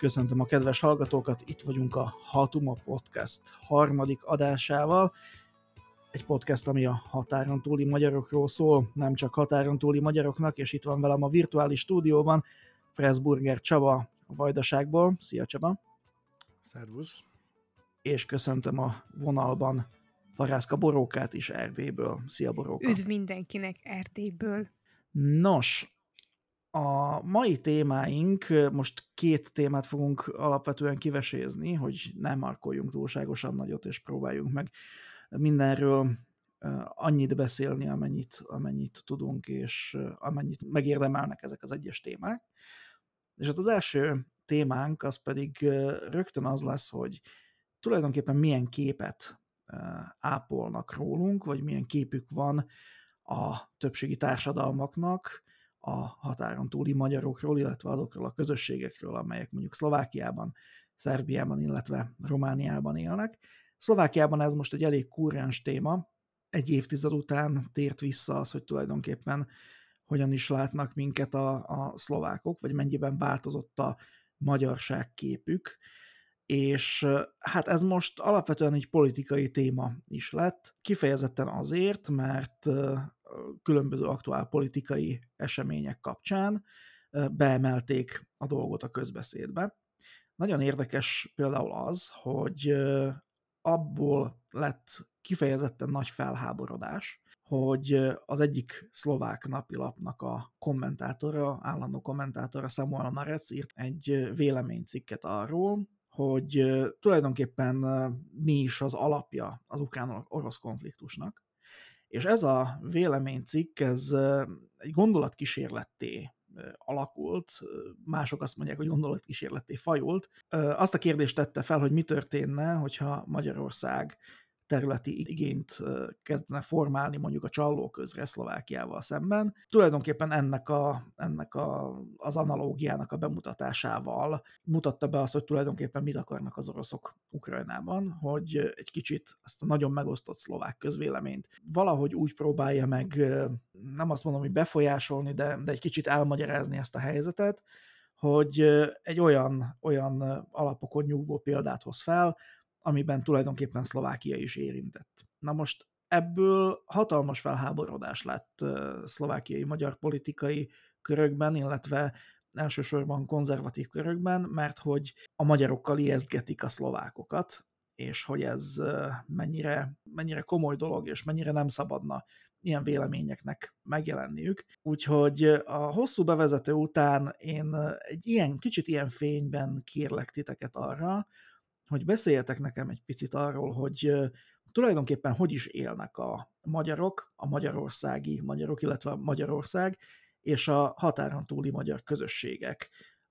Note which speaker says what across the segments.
Speaker 1: Köszöntöm a kedves hallgatókat, itt vagyunk a Hatuma Podcast harmadik adásával. Egy podcast, ami a határon túli magyarokról szól, nem csak határon túli magyaroknak, és itt van velem a virtuális stúdióban Pressburger Csaba a Vajdaságból. Szia Csaba!
Speaker 2: Szervusz!
Speaker 1: És köszöntöm a vonalban Parászka Borókát is Erdélyből. Szia Boróka!
Speaker 3: Üdv mindenkinek Erdélyből!
Speaker 1: Nos, a mai témáink, most két témát fogunk alapvetően kivesézni, hogy nem markoljunk túlságosan nagyot, és próbáljunk meg mindenről annyit beszélni, amennyit tudunk, és amennyit megérdemelnek ezek az egyes témák. És hát az első témánk az pedig rögtön az lesz, hogy tulajdonképpen milyen képet ápolnak rólunk, vagy milyen képük van a többségi társadalmaknak a határon túli magyarokról, illetve azokról a közösségekről, amelyek mondjuk Szlovákiában, Szerbiában, illetve Romániában élnek. Szlovákiában ez most egy elég kurrens téma. Egy évtized után tért vissza az, hogy tulajdonképpen hogyan is látnak minket a szlovákok, vagy mennyiben változott a magyarság képük. És hát ez most alapvetően egy politikai téma is lett, kifejezetten azért, mert különböző aktuál politikai események kapcsán beemelték a dolgot a közbeszédbe. Nagyon érdekes például az, hogy abból lett kifejezetten nagy felháborodás, hogy az egyik szlovák napilapnak a kommentátora, állandó kommentátora Samuel Marec írt egy véleménycikket arról, hogy tulajdonképpen mi is az alapja az ukrán-orosz konfliktusnak. És ez a véleménycikk, ez egy gondolatkísérletté alakult, mások azt mondják, hogy gondolatkísérletté fajult. Azt a kérdést tette fel, hogy mi történne, hogyha Magyarország területi igényt kezdene formálni mondjuk a Csallóközre Szlovákiával szemben. Tulajdonképpen ennek az analógiának a bemutatásával mutatta be azt, hogy tulajdonképpen mit akarnak az oroszok Ukrajnában, hogy egy kicsit ezt a nagyon megosztott szlovák közvéleményt valahogy úgy próbálja meg, nem azt mondom, hogy befolyásolni, de egy kicsit elmagyarázni ezt a helyzetet, hogy egy olyan alapokon nyugvó példát hoz fel, amiben tulajdonképpen Szlovákia is érintett. Na most ebből hatalmas felháborodás lett szlovákiai magyar politikai körökben, illetve elsősorban konzervatív körökben, mert hogy a magyarokkal ijesztgetik a szlovákokat, és hogy ez mennyire komoly dolog, és mennyire nem szabadna ilyen véleményeknek megjelenniük. Úgyhogy a hosszú bevezető után én kicsit ilyen fényben kérlek titeket arra, hogy beszéljetek nekem egy picit arról, hogy tulajdonképpen hogy is élnek a magyarok, a magyarországi magyarok, illetve Magyarország és a határon túli magyar közösségek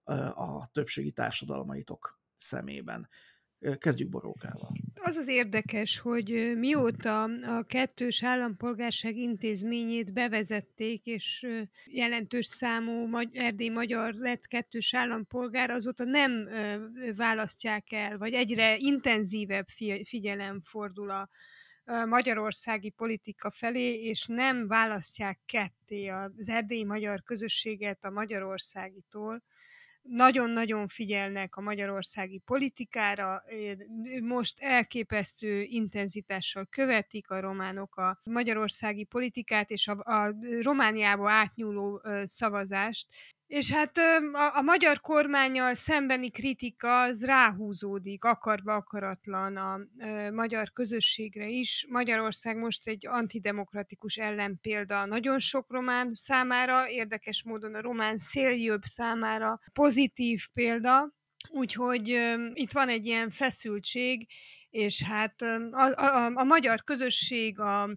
Speaker 1: a többségi társadalmaitok szemében. Kezdjük Borókával.
Speaker 3: Az az érdekes, hogy mióta a kettős állampolgárság intézményét bevezették, és jelentős számú erdélyi magyar lett kettős állampolgár, azóta nem választják el, vagy egyre intenzívebb figyelem fordul a magyarországi politika felé, és nem választják ketté az erdélyi magyar közösséget a magyarországitól. Nagyon-nagyon figyelnek a magyarországi politikára, most elképesztő intenzitással követik a románok a magyarországi politikát és a Romániába átnyúló szavazást, és hát a magyar kormánnyal szembeni kritika az ráhúzódik akarva akaratlan a magyar közösségre is. Magyarország most egy antidemokratikus ellenpélda nagyon sok román számára, érdekes módon a román széljobb számára pozitív példa, úgyhogy itt van egy ilyen feszültség, és hát a magyar közösség a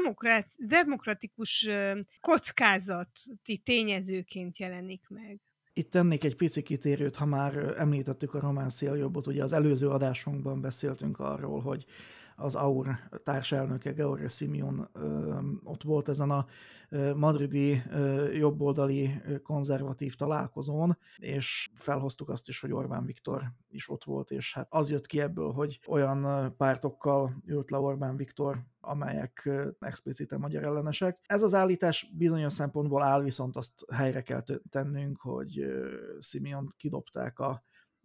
Speaker 3: demokratikus kockázati tényezőként jelenik meg.
Speaker 1: Itt tennék egy pici kitérőt, ha már említettük a román széljobbot, ugye az előző adásunkban beszéltünk arról, hogy az AUR társelnöke, George Simeon ott volt ezen a madridi jobboldali konzervatív találkozón, és felhoztuk azt is, hogy Orbán Viktor is ott volt, és hát az jött ki ebből, hogy olyan pártokkal ült le Orbán Viktor, amelyek explicite magyar ellenesek. Ez az állítás bizonyos szempontból áll, viszont azt helyre kell tennünk, hogy Simeont kidobták a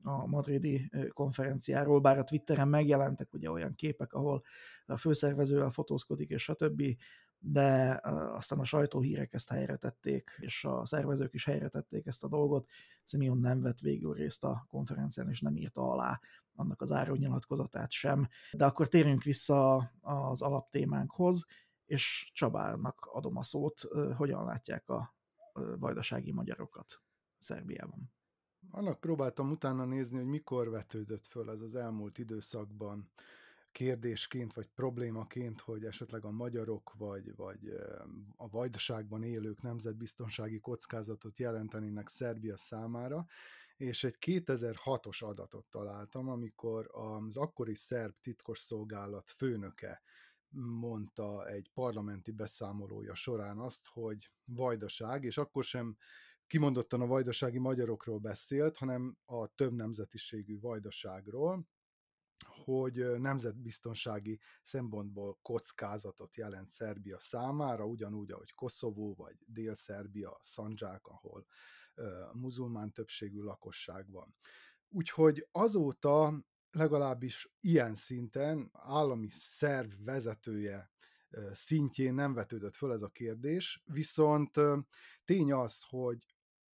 Speaker 1: a madridi konferenciáról, bár a Twitteren megjelentek ugye olyan képek, ahol a főszervezővel fotózkodik, és stb., de aztán a sajtóhírek ezt helyretették, és a szervezők is helyretették ezt a dolgot. Simeon nem vett végül részt a konferencián, és nem írta alá annak az zárónyilatkozatát sem. De akkor térjünk vissza az alaptémánkhoz, és Csabának adom a szót, hogyan látják a vajdasági magyarokat Szerbiában.
Speaker 2: Annak próbáltam utána nézni, hogy mikor vetődött föl ez az elmúlt időszakban kérdésként, vagy problémaként, hogy esetleg a magyarok, vagy a vajdaságban élők nemzetbiztonsági kockázatot jelentenének Szerbia számára, és egy 2006-os adatot találtam, amikor az akkori szerb titkosszolgálat főnöke mondta egy parlamenti beszámolója során azt, hogy Vajdaság, és akkor sem kimondottan a vajdasági magyarokról beszélt, hanem a több nemzetiségű Vajdaságról, hogy nemzetbiztonsági szempontból kockázatot jelent Szerbia számára, ugyanúgy, ahogy Koszovó vagy Dél-Szerbia, Szandzsák, ahol muzulmán többségű lakosság van. Úgyhogy azóta legalábbis ilyen szinten állami szerv vezetője szintjén nem vetődött föl ez a kérdés, viszont tény az, hogy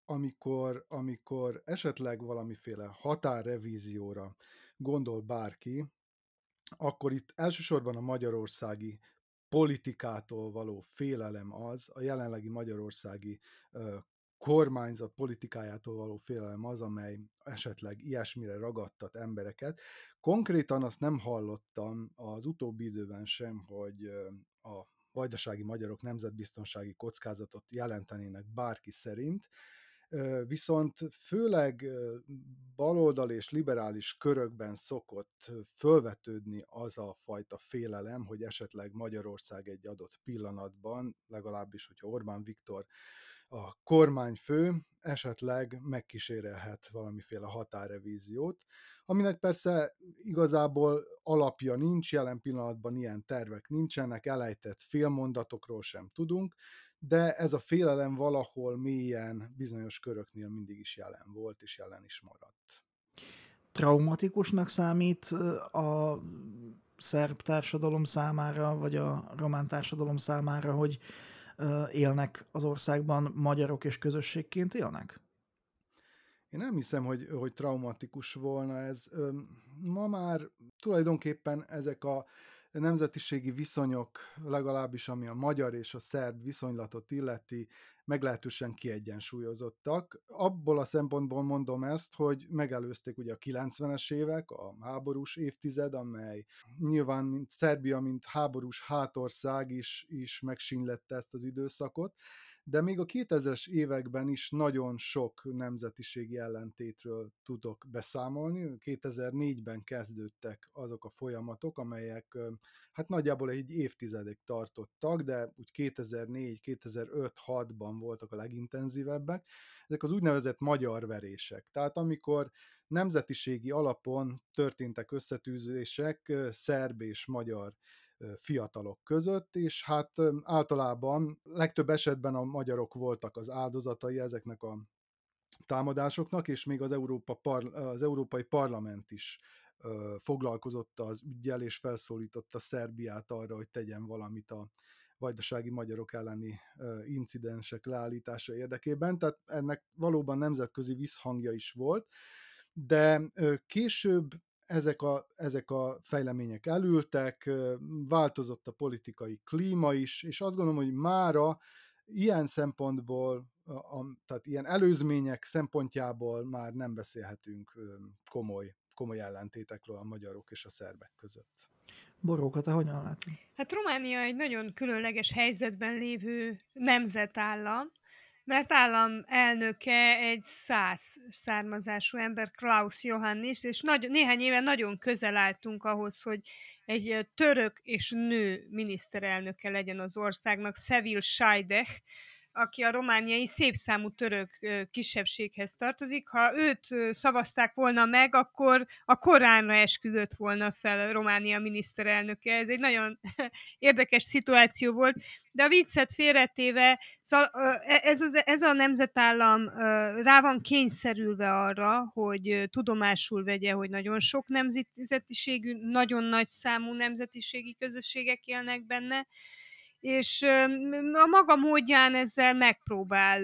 Speaker 2: amikor esetleg valamiféle határrevízióra gondol bárki, akkor itt elsősorban a magyarországi politikától való félelem az, a jelenlegi magyarországi kormányzat politikájától való félelem az, amely esetleg ilyesmire ragadtat embereket. Konkrétan azt nem hallottam az utóbbi időben sem, hogy a vajdasági magyarok nemzetbiztonsági kockázatot jelentenének bárki szerint, viszont főleg baloldali és liberális körökben szokott fölvetődni az a fajta félelem, hogy esetleg Magyarország egy adott pillanatban, legalábbis, hogyha Orbán Viktor a kormányfő, esetleg megkísérelhet valamiféle határrevíziót, aminek persze igazából alapja nincs, jelen pillanatban ilyen tervek nincsenek, elejtett félmondatokról sem tudunk, de ez a félelem valahol mélyen bizonyos köröknél mindig is jelen volt, és jelen is maradt.
Speaker 1: Traumatikusnak számít a szerb társadalom számára, vagy a román társadalom számára, hogy élnek az országban magyarok és közösségként élnek?
Speaker 2: Én nem hiszem, hogy traumatikus volna ez. Ma már tulajdonképpen ezek a nemzetiségi viszonyok, legalábbis ami a magyar és a szerb viszonylatot illeti, meglehetősen kiegyensúlyozottak. Abból a szempontból mondom ezt, hogy megelőzték ugye a 90-es évek, a háborús évtized, amely nyilván mint Szerbia, mint háborús hátország is megsínylette ezt az időszakot, de még a 2000-es években is nagyon sok nemzetiségi ellentétről tudok beszámolni. 2004-ben kezdődtek azok a folyamatok, amelyek hát nagyjából egy évtizedig tartottak, de úgy 2004-2005-6-ban voltak a legintenzívebbek. Ezek az úgynevezett magyar verések. Tehát amikor nemzetiségi alapon történtek összetűzések szerb és magyar fiatalok között, és hát általában legtöbb esetben a magyarok voltak az áldozatai ezeknek a támadásoknak, és még az Európai Parlament is foglalkozott az üggyel, és felszólította Szerbiát arra, hogy tegyen valamit a vajdasági magyarok elleni incidensek leállítása érdekében, tehát ennek valóban nemzetközi visszhangja is volt, de később ezek a fejlemények elültek, változott a politikai klíma is, és azt gondolom, hogy mára ilyen szempontból, tehát ilyen előzmények szempontjából már nem beszélhetünk komoly ellentétekről a magyarok és a szerbek között.
Speaker 1: Boróka, te hogyan látod?
Speaker 3: Hát Románia egy nagyon különleges helyzetben lévő nemzetállam, mert állam elnöke egy szász származású ember, Klaus Johannis, és néhány éve nagyon közel álltunk ahhoz, hogy egy török és nő miniszterelnöke legyen az országnak, Sevil Sajdeh, aki a romániai szépszámú török kisebbséghez tartozik. Ha őt szavazták volna meg, akkor a Koránra esküdött volna fel Románia miniszterelnöke. Ez egy nagyon érdekes szituáció volt, de a viccet félretéve, szóval ez a nemzetállam rá van kényszerülve arra, hogy tudomásul vegye, hogy nagyon sok nemzetiségű, nagyon nagy számú nemzetiségi közösségek élnek benne, és a maga módján ezzel megpróbál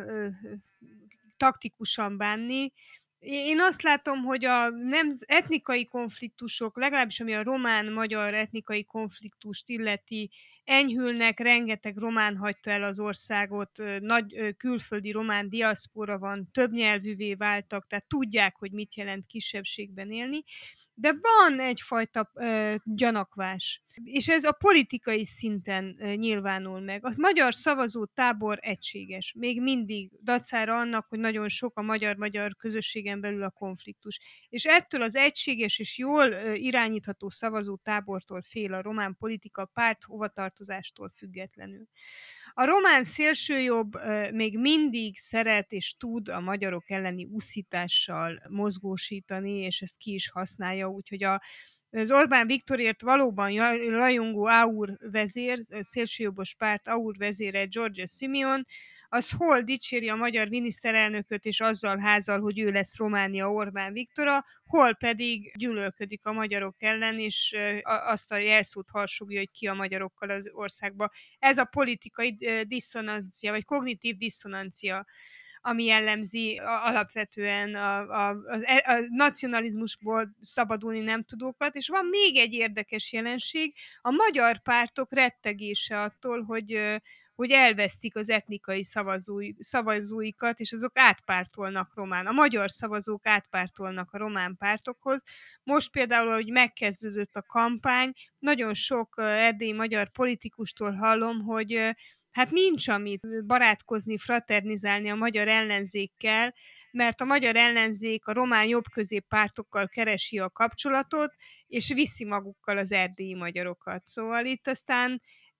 Speaker 3: taktikusan bánni. Én azt látom, hogy a etnikai konfliktusok, legalábbis ami a román-magyar etnikai konfliktust illeti, enyhülnek, rengeteg román hagyta el az országot, nagy külföldi román diaszpora van, többnyelvűvé váltak, tehát tudják, hogy mit jelent kisebbségben élni, de van egyfajta gyanakvás, és ez a politikai szinten nyilvánul meg. A magyar szavazó tábor egységes, még mindig, dacára annak, hogy nagyon sok a magyar-magyar közösségen belül a konfliktus. És ettől az egységes és jól irányítható szavazó tábortól fél a román politika párt hovatartozástól függetlenül. A román szélsőjobb még mindig szeret és tud a magyarok elleni uszítással mozgósítani, és ezt ki is használja, úgyhogy az Orbán Viktorért valóban rajongó AUR vezér, szélsőjobbos párt AUR vezére George Simeon, az hol dicséri a magyar miniszterelnököt, és azzal házal, hogy ő lesz Románia Orbán Viktora, hol pedig gyűlölködik a magyarok ellen, és azt a jelszót harsogja, hogy ki a magyarokkal az országba. Ez a politikai diszonancia, vagy kognitív diszonancia, ami jellemzi alapvetően a nacionalizmusból szabadulni nem tudókat, és van még egy érdekes jelenség, a magyar pártok rettegése attól, hogy elvesztik az etnikai szavazóikat, és azok átpártolnak a magyar szavazók átpártolnak a román pártokhoz. Most például, hogy megkezdődött a kampány, nagyon sok erdélyi magyar politikustól hallom, hogy hát nincs amit barátkozni, fraternizálni a magyar ellenzékkel, mert a magyar ellenzék a román jobbközép pártokkal keresi a kapcsolatot, és viszi magukkal az erdélyi magyarokat. Szóval itt aztán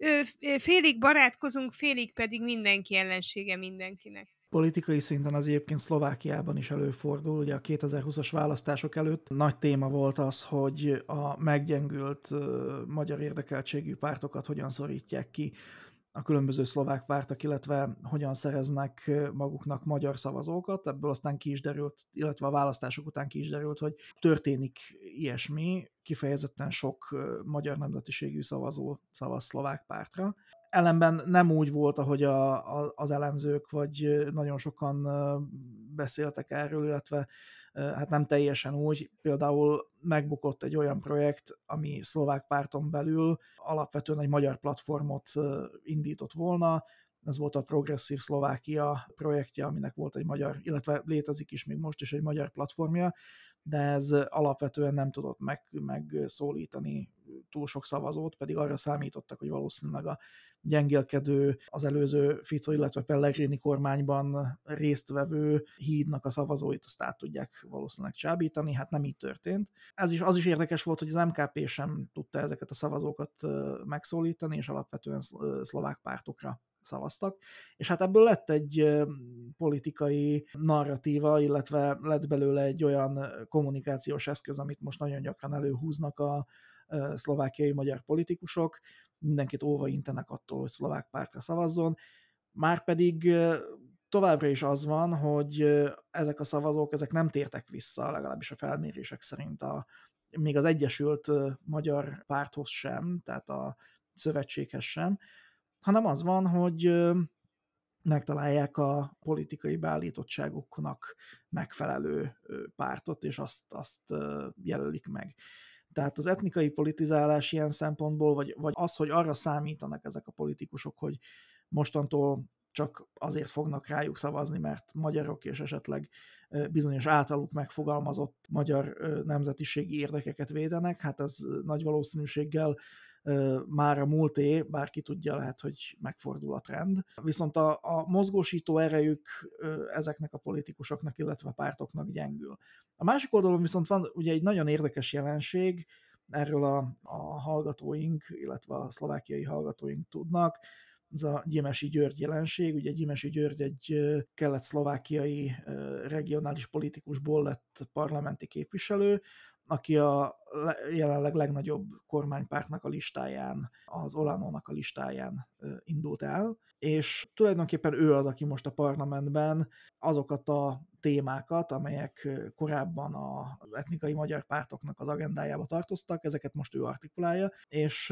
Speaker 3: félig barátkozunk, félig pedig mindenki ellensége mindenkinek.
Speaker 1: Politikai szinten az egyébként Szlovákiában is előfordul, ugye a 2020-as választások előtt nagy téma volt az, hogy a meggyengült magyar érdekeltségű pártokat hogyan szorítják ki a különböző szlovák pártok, illetve hogyan szereznek maguknak magyar szavazókat. Ebből aztán ki is derült, illetve a választások után ki is derült, hogy történik ilyesmi, kifejezetten sok magyar nemzetiségű szavazó szavaz szlovák pártra. Ellenben nem úgy volt, ahogy az elemzők, vagy nagyon sokan beszéltek erről, illetve hát nem teljesen úgy. Például megbukott egy olyan projekt, ami szlovák párton belül alapvetően egy magyar platformot indított volna. Ez volt a Progresszív Szlovákia projektje, aminek volt egy magyar, illetve létezik is még most is egy magyar platformja, de ez alapvetően nem tudott megszólítani túl sok szavazót, pedig arra számítottak, hogy valószínűleg a gyengélkedő, az előző Fico, illetve Pellegrini kormányban résztvevő hídnak a szavazóit azt át tudják valószínűleg csábítani, hát nem így történt. Az is érdekes volt, hogy az MKP sem tudta ezeket a szavazókat megszólítani, és alapvetően szlovák pártokra szavaztak, és hát ebből lett egy politikai narratíva, illetve lett belőle egy olyan kommunikációs eszköz, amit most nagyon gyakran előhúznak a szlovákiai magyar politikusok, mindenkit óva intenek attól, hogy szlovák pártra szavazzon, márpedig továbbra is az van, hogy ezek a szavazók ezek nem tértek vissza, legalábbis a felmérések szerint még az Egyesült Magyar Párthoz sem, tehát a szövetséghez sem, hanem az van, hogy megtalálják a politikai beállítottságuknak megfelelő pártot, és azt jelölik meg. Tehát az etnikai politizálás ilyen szempontból, vagy az, hogy arra számítanak ezek a politikusok, hogy mostantól csak azért fognak rájuk szavazni, mert magyarok, és esetleg bizonyos általuk megfogalmazott magyar nemzetiségi érdekeket védenek, hát ez nagy valószínűséggel már a múlté, bárki tudja, lehet, hogy megfordul a trend. Viszont a mozgósító erejük ezeknek a politikusoknak, illetve a pártoknak gyengül. A másik oldalon viszont van ugye egy nagyon érdekes jelenség, erről a hallgatóink, illetve a szlovákiai hallgatóink tudnak, ez a Gyimesi György jelenség. Ugye Gyimesi György egy kelet-szlovákiai regionális politikusból lett parlamenti képviselő, aki a jelenleg legnagyobb kormánypártnak a listáján, az Olanónak a listáján indult el, és tulajdonképpen ő az, aki most a parlamentben azokat a témákat, amelyek korábban az etnikai magyar pártoknak az agendájába tartoztak, ezeket most ő artikulálja, és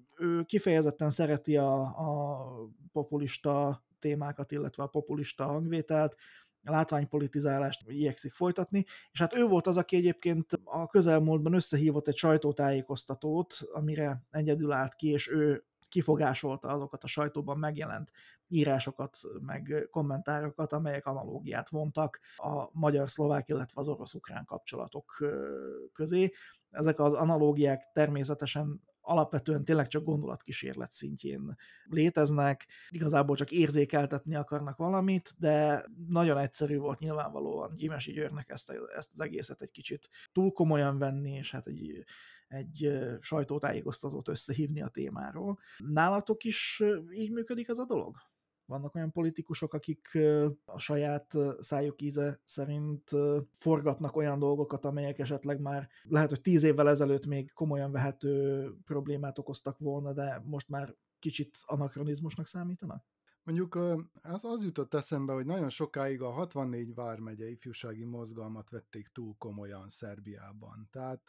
Speaker 1: ő kifejezetten szereti a populista témákat, illetve a populista hangvételt, a látványpolitizálást igyekszik folytatni, és hát ő volt az, aki egyébként a közelmúltban összehívott egy sajtótájékoztatót, amire egyedül állt ki, és ő kifogásolta azokat a sajtóban megjelent írásokat, meg kommentárokat, amelyek analógiát vontak a magyar-szlovák, illetve az orosz-ukrán kapcsolatok közé. Ezek az analógiák természetesen alapvetően tényleg csak gondolatkísérlet szintjén léteznek, igazából csak érzékeltetni akarnak valamit, de nagyon egyszerű volt nyilvánvalóan Gyimesi Györgynek ezt az egészet egy kicsit túl komolyan venni, és hát egy sajtótájékoztatót összehívni a témáról. Nálatok is így működik ez a dolog? Vannak olyan politikusok, akik a saját szájuk íze szerint forgatnak olyan dolgokat, amelyek esetleg már lehet, hogy 10 évvel ezelőtt még komolyan vehető problémát okoztak volna, de most már kicsit anakronizmusnak számítanak?
Speaker 2: Mondjuk az jutott eszembe, hogy nagyon sokáig a 64 vármegye ifjúsági mozgalmat vették túl komolyan Szerbiában. Tehát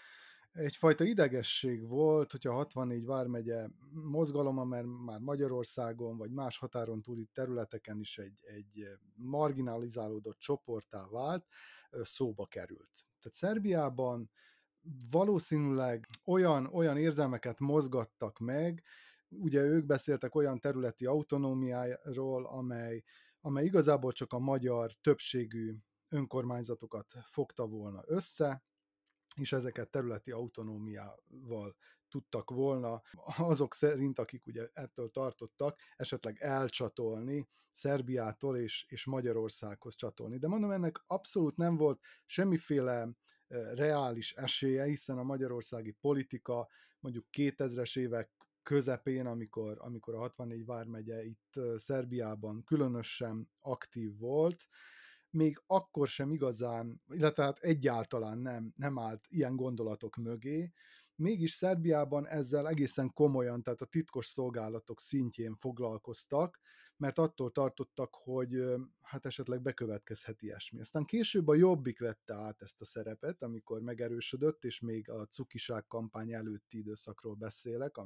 Speaker 2: egyfajta idegesség volt, hogy a 64 vármegye mozgalom, amely már Magyarországon vagy más határon túli területeken is egy marginalizálódott csoporttá vált, szóba került. Tehát Szerbiában valószínűleg olyan érzelmeket mozgattak meg, ugye ők beszéltek olyan területi autonómiáról, amely igazából csak a magyar többségű önkormányzatokat fogta volna össze, és ezeket területi autonómiával tudtak volna azok szerint, akik ugye ettől tartottak, esetleg elcsatolni Szerbiától és Magyarországhoz csatolni. De mondom, ennek abszolút nem volt semmiféle reális esélye, hiszen a magyarországi politika mondjuk 2000-es évek közepén, amikor a 64 vármegye itt Szerbiában különösen aktív volt, még akkor sem igazán, illetve hát egyáltalán nem állt ilyen gondolatok mögé, mégis Szerbiában ezzel egészen komolyan, tehát a titkos szolgálatok szintjén foglalkoztak, mert attól tartottak, hogy hát esetleg bekövetkezhet ilyesmi. Aztán később a Jobbik vette át ezt a szerepet, amikor megerősödött, és még a cukiság kampány előtti időszakról beszélek,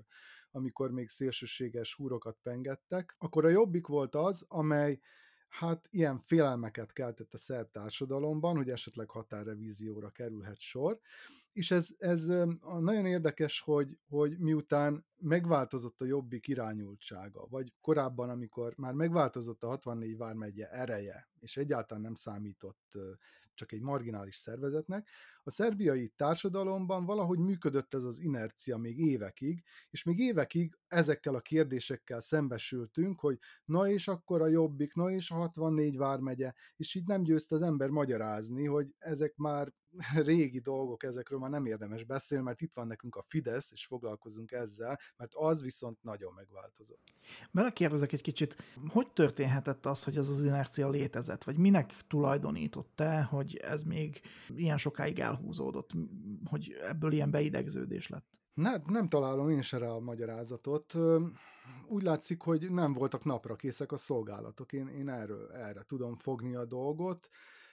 Speaker 2: amikor még szélsőséges húrokat pengettek, akkor a Jobbik volt az, amely hát ilyen félelmeket keltett a szerb társadalomban, hogy esetleg határrevízióra kerülhet sor, és ez nagyon érdekes, hogy miután megváltozott a Jobbik irányultsága, vagy korábban, amikor már megváltozott a 64 vármegye ereje, és egyáltalán nem számított csak egy marginális szervezetnek, a szerbiai társadalomban valahogy működött ez az inercia még évekig, és még évekig ezekkel a kérdésekkel szembesültünk, hogy na és akkor a Jobbik, na és a 64 vármegye, és így nem győzte az ember magyarázni, hogy ezek már régi dolgok, ezekről már nem érdemes beszélni, mert itt van nekünk a Fidesz, és foglalkozunk ezzel, mert az viszont nagyon megváltozott.
Speaker 1: Belekérdezek egy kicsit, hogy történhetett az, hogy ez az inercia létezett, vagy minek tulajdonított te, hogy ez még ilyen sokáig elhúzódott, hogy ebből ilyen beidegződés lett?
Speaker 2: Nem találom én se rá a magyarázatot. Úgy látszik, hogy nem voltak napra készek a szolgálatok. Én erre tudom fogni a dolgot.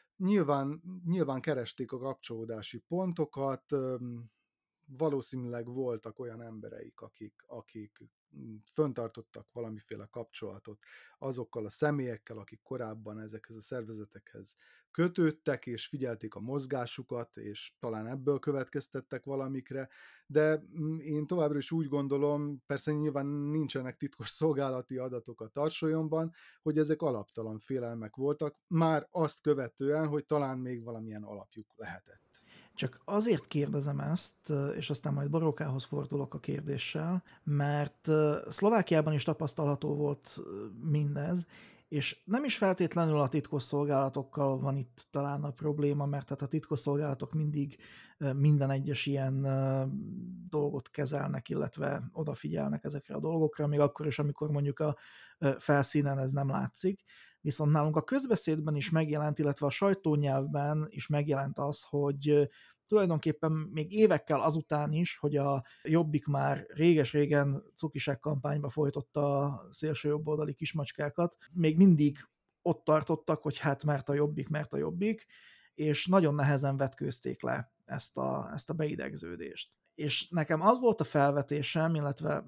Speaker 2: Nyilván keresték a kapcsolódási pontokat, valószínűleg voltak olyan embereik, akik föntartottak valamiféle kapcsolatot azokkal a személyekkel, akik korábban ezekhez a szervezetekhez kötődtek, és figyelték a mozgásukat, és talán ebből következtettek valamikre, de én továbbra is úgy gondolom, persze nyilván nincsenek titkos szolgálati adatok a tarsolyomban, hogy ezek alaptalan félelmek voltak, már azt követően, hogy talán még valamilyen alapjuk lehetett.
Speaker 1: Csak azért kérdezem ezt, és aztán majd Borókához fordulok a kérdéssel, mert Szlovákiában is tapasztalható volt mindez, És nem is feltétlenül a titkosszolgálatokkal van itt talán a probléma, mert tehát a titkosszolgálatok mindig minden egyes ilyen dolgot kezelnek, illetve odafigyelnek ezekre a dolgokra, még akkor is, amikor mondjuk a felszínen ez nem látszik. Viszont nálunk a közbeszédben is megjelent, illetve a sajtónyelvben is megjelent az, hogy tulajdonképpen még évekkel azután is, hogy a Jobbik már réges-régen cukiság kampányba folytotta a szélsőjobboldali kismacskákat, még mindig ott tartottak, hogy hát mert a Jobbik, és nagyon nehezen vetkőzték le ezt a beidegződést. És nekem az volt a felvetésem, illetve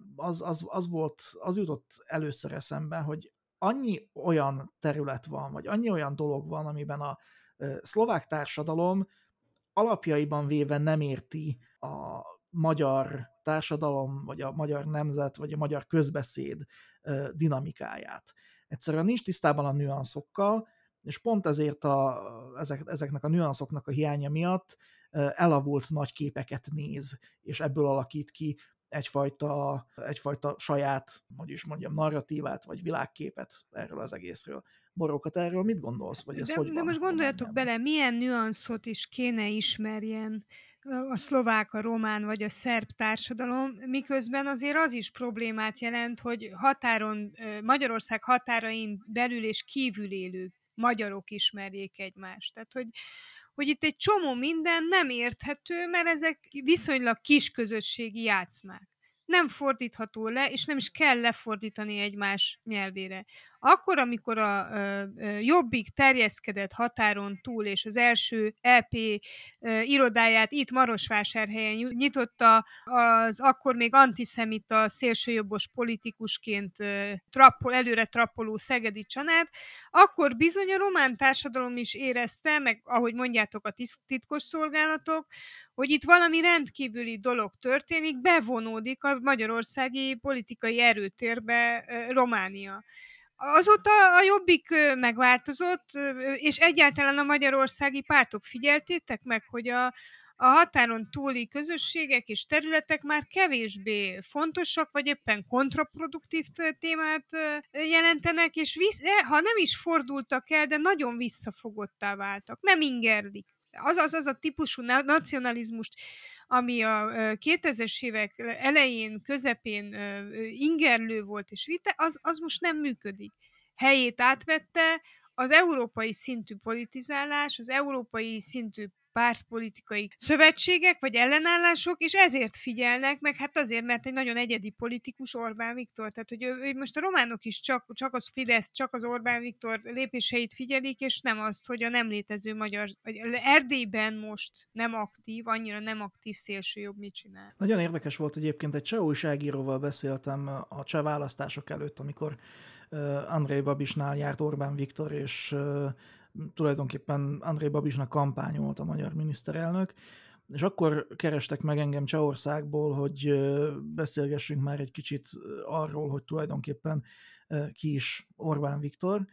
Speaker 1: az jutott először eszembe, hogy annyi olyan terület van, vagy annyi olyan dolog van, amiben a szlovák társadalom alapjaiban véve nem érti a magyar társadalom, vagy a magyar nemzet, vagy a magyar közbeszéd dinamikáját. Egyszerűen nincs tisztában a nüanszokkal, és pont ezért ezeknek a nüanszoknak a hiánya miatt elavult nagy képeket néz, és ebből alakít ki egyfajta saját, hogy is mondjam, narratívát, vagy világképet erről az egészről. Borókat, erről mit gondolsz? Vagy ez hogy
Speaker 3: De
Speaker 1: van
Speaker 3: most gondoljatok
Speaker 1: Romániában?
Speaker 3: bele, milyen nüanszot is kéne ismerjen a szlovák, a román vagy a szerb társadalom, miközben azért az is problémát jelent, hogy Magyarország határain belül és kívül élő magyarok ismerjék egymást. Tehát, hogy itt egy csomó minden nem érthető, mert ezek viszonylag kis közösségi játszmák. Nem fordítható le, és nem is kell lefordítani egymás nyelvére. Akkor, amikor a Jobbik terjeszkedett határon túl, és az első EP irodáját itt Marosvásárhelyen nyitotta az akkor még antiszemita szélsőjobbos politikusként előre trappoló Szegedi Csanád, akkor bizony a román társadalom is érezte, meg ahogy mondjátok a titkosszolgálatok, hogy itt valami rendkívüli dolog történik, bevonódik a magyarországi politikai erőtérbe Románia. Azóta a Jobbik megváltozott, és egyáltalán a magyarországi pártok, figyeltétek meg, hogy a határon túli közösségek és területek már kevésbé fontosak, vagy éppen kontraproduktív témát jelentenek, és ha nem is fordultak el, de nagyon visszafogottá váltak, nem ingerlik. Az a típusú nacionalizmust, ami a 2000-es évek elején, közepén ingerlő volt és vite, az most nem működik. Helyét átvette az európai szintű politizálás, az európai szintű pártpolitikai szövetségek vagy ellenállások, és ezért figyelnek, meg hát azért, mert egy nagyon egyedi politikus Orbán Viktor. Tehát, hogy ő most a románok is csak az Fidesz, csak az Orbán Viktor lépéseit figyelik, és nem azt, hogy a nem létező magyar, vagy Erdélyben most annyira nem aktív szélsőjobb mit csinál.
Speaker 1: Nagyon érdekes volt egyébként, egy cseh újságíróval beszéltem a cseh választások előtt, amikor Andrej Babisnál járt Orbán Viktor, és tulajdonképpen Andrej Babisnak kampányolt a magyar miniszterelnök, és akkor kerestek meg engem Csehországból, hogy beszélgessünk már egy kicsit arról, hogy tulajdonképpen ki is Orbán Viktor,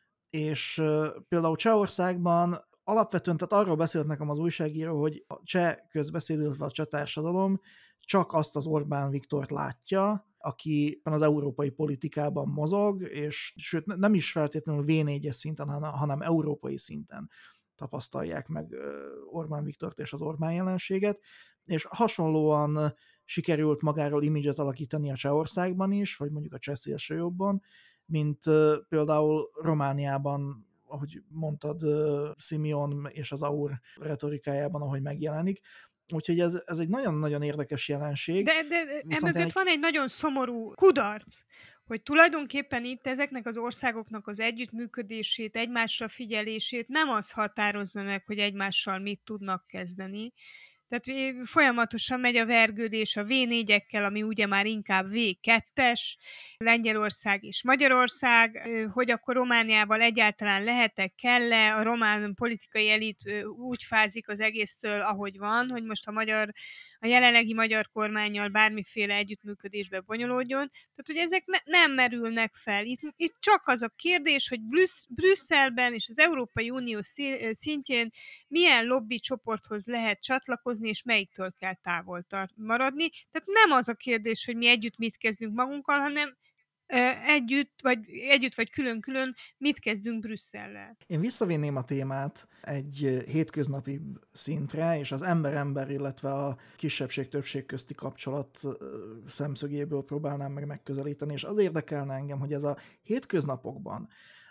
Speaker 1: és például Csehországban alapvetően, tehát arról beszélt nekem az újságíró, hogy a cseh közbeszéd, illetve a cseh társadalom csak azt az Orbán Viktort látja, aki az európai politikában mozog, és sőt nem is feltétlenül V4-es szinten, hanem európai szinten tapasztalják meg Orbán Viktort és az Orbán jelenséget, és hasonlóan sikerült magáról imidzset alakítani a Csehországban is, vagy mondjuk a cseh szélsőjobban, mint például Romániában, ahogy mondtad, Simeon és az Aur retorikájában, ahogy megjelenik. Úgyhogy ez egy nagyon-nagyon érdekes jelenség.
Speaker 3: De emögött van egy nagyon szomorú kudarc, hogy tulajdonképpen itt ezeknek az országoknak az együttműködését, egymásra figyelését nem az határozza meg, hogy egymással mit tudnak kezdeni. Tehát folyamatosan megy a vergődés a V4-ekkel, ami ugye már inkább V2-es, Lengyelország és Magyarország, hogy akkor Romániával egyáltalán lehet-e, kell-e, a román politikai elit úgy fázik az egésztől, ahogy van, hogy most a jelenlegi magyar kormánnyal bármiféle együttműködésbe bonyolódjon. Tehát, hogy ezek nem merülnek fel. Itt csak az a kérdés, hogy Brüsszelben és az Európai Unió szintjén milyen lobby csoporthoz lehet csatlakozni, és melyiktől kell távol maradni. Tehát nem az a kérdés, hogy mi együtt mit kezdünk magunkkal, hanem együtt vagy külön-külön mit kezdünk Brüsszellel.
Speaker 1: Én visszavinném a témát egy hétköznapi szintre, és az ember-ember, illetve a kisebbség-többség közti kapcsolat szemszögéből próbálnám meg megközelíteni, és az érdekelne engem, hogy ez a hétköznapokban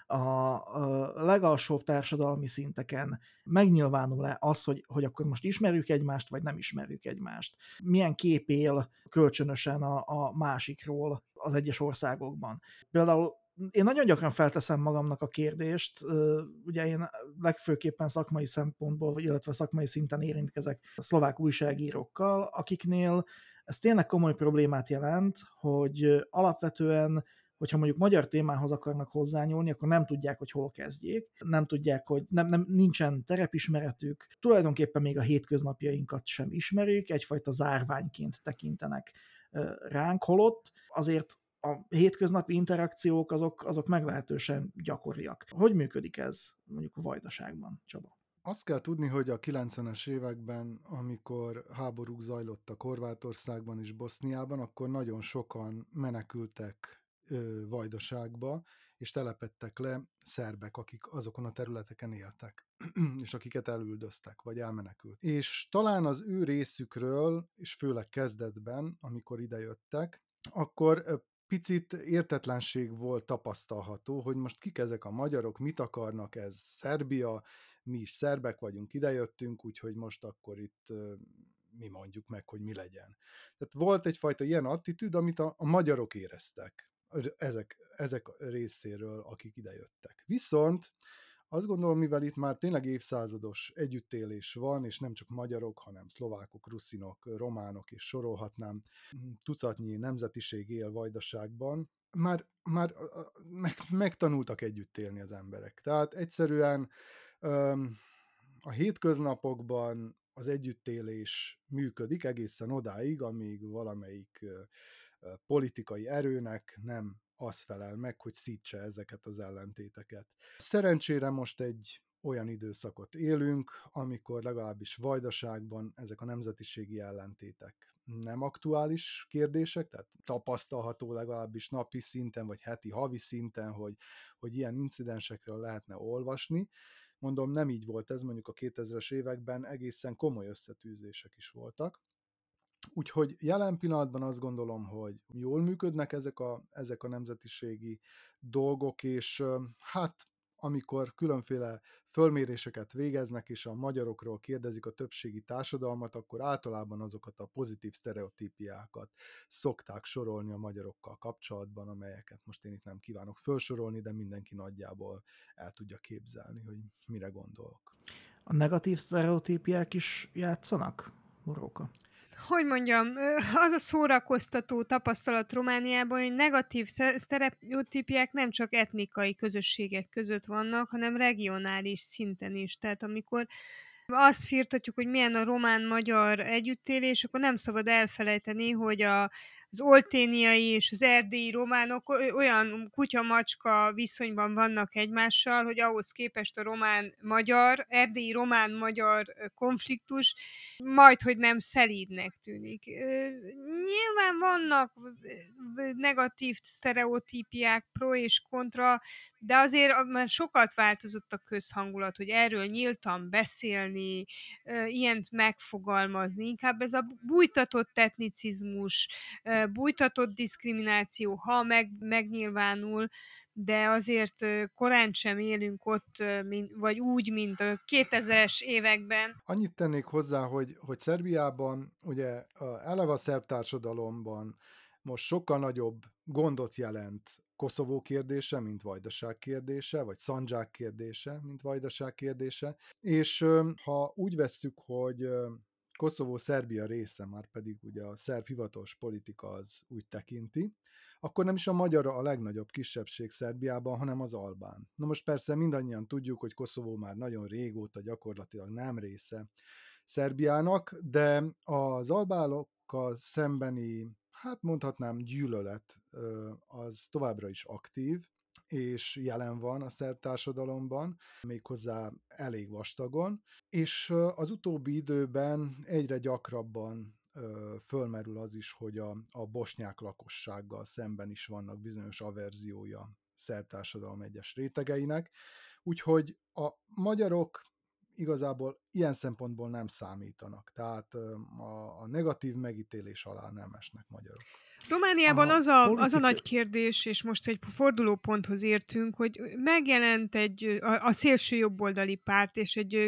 Speaker 1: a legalsóbb társadalmi szinteken megnyilvánul-e az, hogy akkor most ismerjük egymást, vagy nem ismerjük egymást? Milyen kép él kölcsönösen a másikról az egyes országokban? Például én nagyon gyakran felteszem magamnak a kérdést, ugye én legfőképpen szakmai szempontból, illetve szakmai szinten érintkezek a szlovák újságírókkal, akiknél ez tényleg komoly problémát jelent, hogy alapvetően, hogyha mondjuk magyar témához akarnak hozzányúlni, akkor nem tudják, hogy hol kezdjék, nem tudják, hogy nincsen terepismeretük, tulajdonképpen még a hétköznapjainkat sem ismerik, egyfajta zárványként tekintenek ránk, holott azért a hétköznapi interakciók azok meglehetősen gyakoriak. Hogy működik ez mondjuk a Vajdaságban, Csaba?
Speaker 2: Azt kell tudni, hogy a 90-es években, amikor háborúk zajlottak Horvátországban és Boszniában, akkor nagyon sokan menekültek Vajdaságba, és telepedtek le szerbek, akik azokon a területeken éltek, és akiket elüldöztek, vagy elmenekült. És talán az ő részükről, és főleg kezdetben, amikor idejöttek, akkor picit értetlenség volt tapasztalható, hogy most kik ezek a magyarok, mit akarnak, ez Szerbia, mi is szerbek vagyunk, idejöttünk, úgyhogy most akkor itt mi mondjuk meg, hogy mi legyen. Tehát volt egyfajta ilyen attitűd, amit a magyarok éreztek ezek részéről, akik idejöttek. Viszont azt gondolom, mivel itt már tényleg évszázados együttélés van, és nem csak magyarok, hanem szlovákok, ruszinok, románok, és sorolhatnám, tucatnyi nemzetiség él Vajdaságban, már megtanultak együtt élni az emberek. Tehát egyszerűen a hétköznapokban az együttélés működik egészen odáig, amíg valamelyik politikai erőnek nem az felel meg, hogy szítse ezeket az ellentéteket. Szerencsére most egy olyan időszakot élünk, amikor legalábbis Vajdaságban ezek a nemzetiségi ellentétek nem aktuális kérdések, tehát tapasztalható legalábbis napi szinten, vagy heti, havi szinten, hogy ilyen incidensekről lehetne olvasni. Mondom, nem így volt ez, mondjuk a 2000-es években egészen komoly összetűzések is voltak. Úgyhogy jelen pillanatban azt gondolom, hogy jól működnek ezek a nemzetiségi dolgok, és hát amikor különféle fölméréseket végeznek, és a magyarokról kérdezik a többségi társadalmat, akkor általában azokat a pozitív sztereotípiákat szokták sorolni a magyarokkal kapcsolatban, amelyeket most én itt nem kívánok felsorolni, de mindenki nagyjából el tudja képzelni, hogy mire gondolok.
Speaker 1: A negatív sztereotípiák is játszanak, Boróka?
Speaker 3: Hogy mondjam, az a szórakoztató tapasztalat Romániában, hogy negatív sztereotípiák nem csak etnikai közösségek között vannak, hanem regionális szinten is. Tehát amikor azt firtatjuk, hogy milyen a román-magyar együttélés, akkor nem szabad elfelejteni, hogy az olténiai és az erdélyi románok olyan kutya-macska viszonyban vannak egymással, hogy ahhoz képest a román-magyar, erdélyi román-magyar konfliktus majdhogy nem szelídnek tűnik. Nyilván vannak negatív sztereotípiák, pro és kontra, de azért már sokat változott a közhangulat, hogy erről nyíltan beszélni, ilyent megfogalmazni. Inkább ez a bújtatott etnicizmus, bújtatott diszkrimináció, ha megnyilvánul, de azért korán sem élünk ott, vagy úgy, mint a 2000-es években.
Speaker 2: Annyit tennék hozzá, hogy Szerbiában, ugye eleve a szerb társadalomban most sokkal nagyobb gondot jelent Koszovó kérdése, mint Vajdaság kérdése, vagy Szandzsák kérdése, mint Vajdaság kérdése, és ha úgy vesszük, hogy Koszovó Szerbia része, már pedig ugye a szerb hivatalos politika az úgy tekinti, akkor nem is a magyar a legnagyobb kisebbség Szerbiában, hanem az albán. Na most persze mindannyian tudjuk, hogy Koszovó már nagyon régóta gyakorlatilag nem része Szerbiának, de az albánokkal szembeni, hát mondhatnám gyűlölet az továbbra is aktív, és jelen van a szerb társadalomban, méghozzá elég vastagon, és az utóbbi időben egyre gyakrabban fölmerül az is, hogy a bosnyák lakossággal szemben is vannak bizonyos averziója szerb társadalom egyes rétegeinek, úgyhogy a magyarok igazából ilyen szempontból nem számítanak, tehát a negatív megítélés alá nem esnek magyarok.
Speaker 3: Romániában
Speaker 1: A
Speaker 3: az a nagy kérdés, és most egy fordulóponthoz értünk, hogy megjelent a szélső jobboldali párt, és egy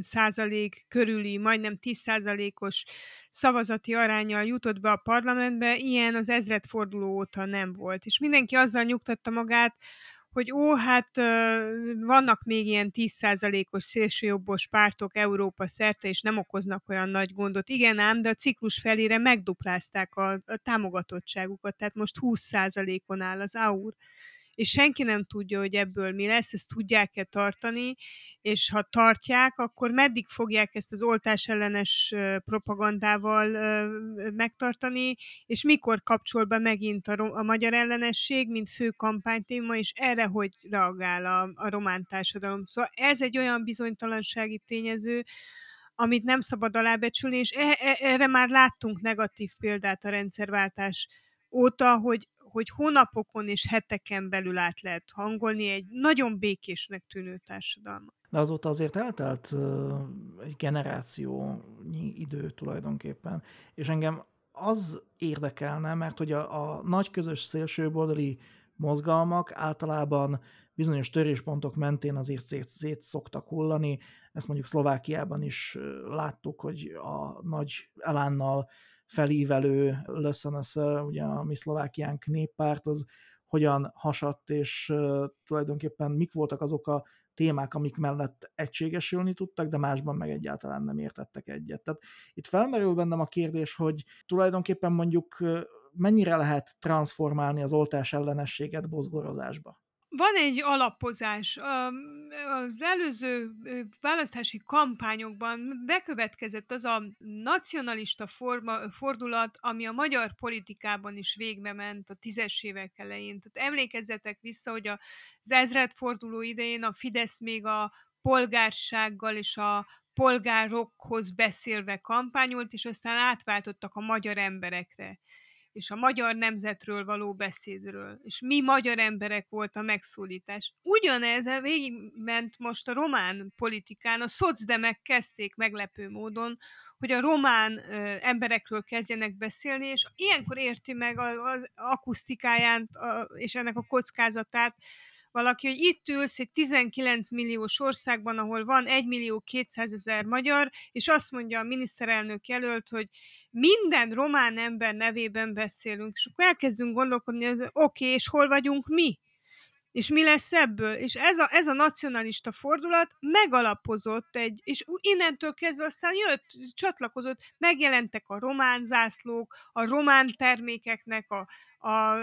Speaker 3: 9% körüli, majdnem 10%-os szavazati aránnyal jutott be a parlamentbe, ilyen az ezredforduló óta nem volt. És mindenki azzal nyugtatta magát, hogy hát vannak még ilyen 10%-os szélsőjobbos pártok Európa szerte, és nem okoznak olyan nagy gondot. Igen ám, de a ciklus felére megduplázták a támogatottságukat, tehát most 20%-on áll az AUR, és senki nem tudja, hogy ebből mi lesz, ezt tudják-e tartani, és ha tartják, akkor meddig fogják ezt az oltás ellenes propagandával megtartani, és mikor kapcsol be megint a magyar ellenesség, mint fő kampánytéma, és erre hogy reagál a román társadalom. Szóval ez egy olyan bizonytalansági tényező, amit nem szabad alábecsülni, és erre már láttunk negatív példát a rendszerváltás óta, hogy hónapokon és heteken belül át lehet hangolni egy nagyon békésnek tűnő társadalmat.
Speaker 1: De azóta azért eltelt egy generációnyi idő tulajdonképpen, és engem az érdekelne, mert hogy a nagy közös szélsőjobboldali mozgalmak általában bizonyos töréspontok mentén azért szét szoktak hullani. Ezt mondjuk Szlovákiában is láttuk, hogy a nagy elánnal felívelő LSNS, ugye a mi Szlovákiánk néppárt, az hogyan hasadt, és tulajdonképpen mik voltak azok a témák, amik mellett egységesülni tudtak, de másban meg egyáltalán nem értettek egyet. Tehát itt felmerül bennem a kérdés, hogy tulajdonképpen mondjuk mennyire lehet transformálni az oltás ellenességet bozgorozásba.
Speaker 3: Van egy alapozás. Az előző választási kampányokban bekövetkezett az a nacionalista fordulat, ami a magyar politikában is végbe ment a 10-es évek elején. Tehát emlékezzetek vissza, hogy az ezredforduló idején a Fidesz még a polgársággal és a polgárokhoz beszélve kampányolt, és aztán átváltottak a magyar emberekre és a magyar nemzetről való beszédről, és mi magyar emberek volt a megszólítás. Ugyanez végigment most a román politikán, a szocdemek kezdték meglepő módon, hogy a román emberekről kezdjenek beszélni, és ilyenkor érti meg az akusztikáját és ennek a kockázatát valaki, hogy itt ülsz egy 19 milliós országban, ahol van 1.200.000 magyar, és azt mondja a miniszterelnök jelölt, hogy minden román ember nevében beszélünk, és akkor elkezdünk gondolkodni, hogy oké, és hol vagyunk mi? És mi lesz ebből? És ez a nacionalista fordulat megalapozott és innentől kezdve aztán csatlakozott, megjelentek a román zászlók, a román termékeknek a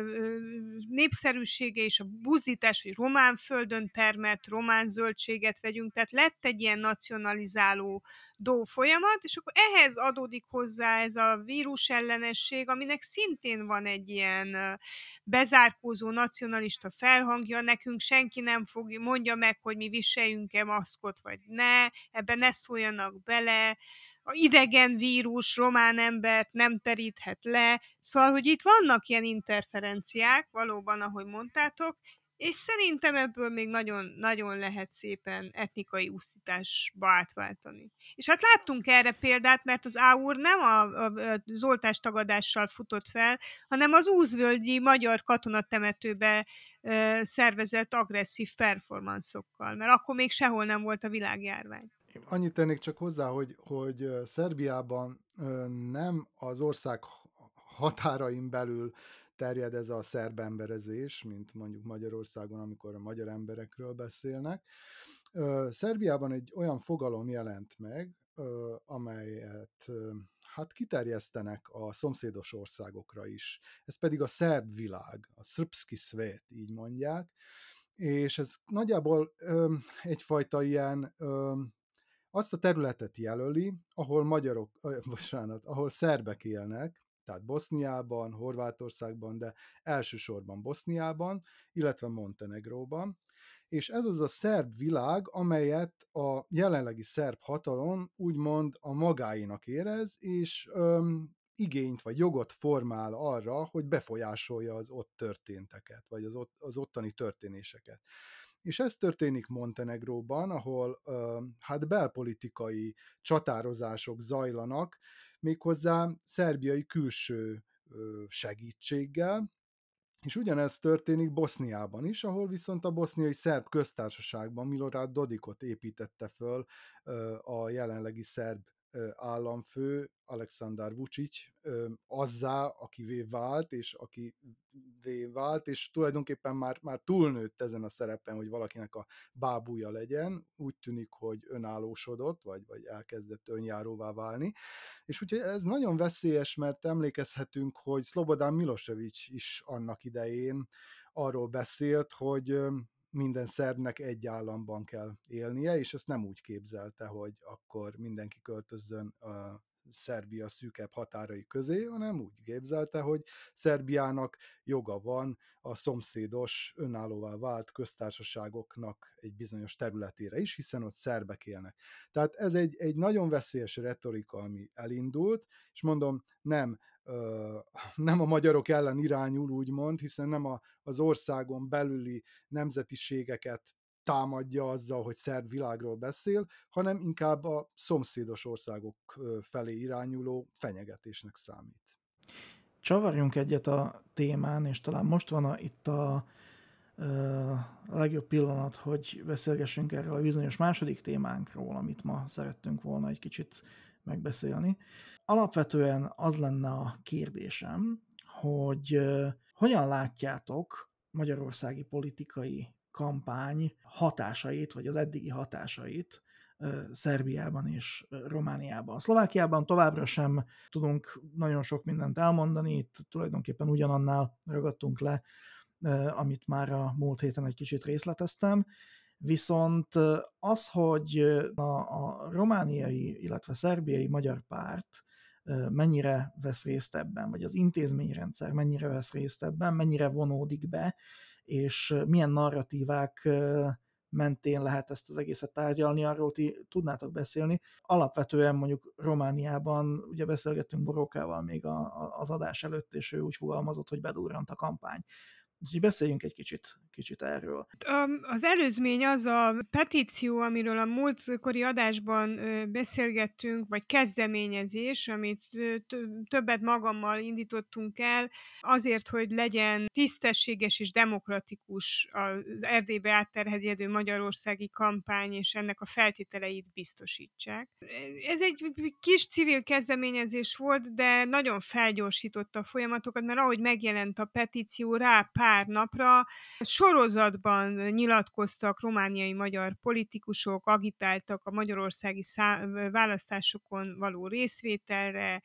Speaker 3: népszerűsége és a buzdítás, hogy román földön termelt román zöldséget vegyünk, tehát lett egy ilyen nacionalizáló folyamat, és akkor ehhez adódik hozzá ez a vírus ellenesség, aminek szintén van egy ilyen bezárkózó nacionalista felhangja, nekünk senki nem mondja meg, hogy mi viseljünk-e maszkot, vagy ne, ebben ne szóljanak bele, a idegen vírus román embert nem teríthet le, szóval, hogy itt vannak ilyen interferenciák, valóban, ahogy mondtátok, és szerintem ebből még nagyon, nagyon lehet szépen etnikai úszításba átváltani. És hát láttunk erre példát, mert az AUR nem az oltástagadással futott fel, hanem az úzvölgyi magyar katonatemetőbe szervezett agresszív performanszokkal, mert akkor még sehol nem volt a világjárvány.
Speaker 2: Annyit tennék csak hozzá, hogy Szerbiában nem az ország határain belül terjed ez a szerb emberezés, mint mondjuk Magyarországon, amikor a magyar emberekről beszélnek. Szerbiában egy olyan fogalom jelent meg, amelyet hát kiterjesztenek a szomszédos országokra is. Ez pedig a szerb világ, a szrpszki szvét, így mondják, és ez nagyjából egyfajta ilyen azt a területet jelöli, ahol ahol szerbek élnek, tehát Boszniában, Horvátországban, de elsősorban Boszniában, illetve Montenegróban. És ez az a szerb világ, amelyet a jelenlegi szerb hatalom úgymond a magáinak érez, és igényt vagy jogot formál arra, hogy befolyásolja az ott történteket, vagy az ottani történéseket. És ez történik Montenegróban, ahol hát belpolitikai csatározások zajlanak, méghozzá szerbiai külső segítséggel, és ugyanez történik Boszniában is, ahol viszont a boszniai szerb köztársaságban Milorad Dodikot építette föl a jelenlegi szerb államfő, Aleksandar Vučić, azzá, akivé vált, és tulajdonképpen már túlnőtt ezen a szerepen, hogy valakinek a bábúja legyen. Úgy tűnik, hogy önállósodott, vagy elkezdett önjáróvá válni. És úgyhogy ez nagyon veszélyes, mert emlékezhetünk, hogy Slobodan Milosevic is annak idején arról beszélt, hogy minden szerbnek egy államban kell élnie, és ezt nem úgy képzelte, hogy akkor mindenki költözzön Szerbia szűkebb határai közé, hanem úgy képzelte, hogy Szerbiának joga van a szomszédos, önállóvá vált köztársaságoknak egy bizonyos területére is, hiszen ott szerbek élnek. Tehát ez egy nagyon veszélyes retorika, ami elindult, és mondom, nem a magyarok ellen irányul, úgymond, hiszen nem az országon belüli nemzetiségeket támadja azzal, hogy szerb világról beszél, hanem inkább a szomszédos országok felé irányuló fenyegetésnek számít.
Speaker 1: Csavarjunk egyet a témán, és talán most van itt a legjobb pillanat, hogy beszélgessünk erről a bizonyos második témánkról, amit ma szerettünk volna egy kicsit megbeszélni. Alapvetően az lenne a kérdésem, hogy hogyan látjátok magyarországi politikai kampány hatásait, vagy az eddigi hatásait Szerbiában és Romániában. Szlovákiában továbbra sem tudunk nagyon sok mindent elmondani, itt tulajdonképpen ugyanannál ragadtunk le, amit már a múlt héten egy kicsit részleteztem, viszont az, hogy a romániai, illetve szerbiai magyar párt mennyire vesz részt ebben, vagy az intézményrendszer mennyire vesz részt ebben, mennyire vonódik be, és milyen narratívák mentén lehet ezt az egészet tárgyalni, arról ti tudnátok beszélni. Alapvetően mondjuk Romániában, ugye beszélgettünk Borókával még az adás előtt, és ő úgy fogalmazott, hogy bedurrant a kampány. Úgyhogy beszéljünk egy kicsit erről.
Speaker 3: Az előzmény az a petíció, amiről a múltkori adásban beszélgettünk, vagy kezdeményezés, amit többet magammal indítottunk el, azért, hogy legyen tisztességes és demokratikus az Erdélybe átterjedő magyarországi kampány, és ennek a feltételeit biztosítsák. Ez egy kis civil kezdeményezés volt, de nagyon felgyorsította a folyamatokat, mert ahogy megjelent a petíció, rá pár napra sorozatban nyilatkoztak romániai magyar politikusok, agitáltak a magyarországi választásokon való részvételre,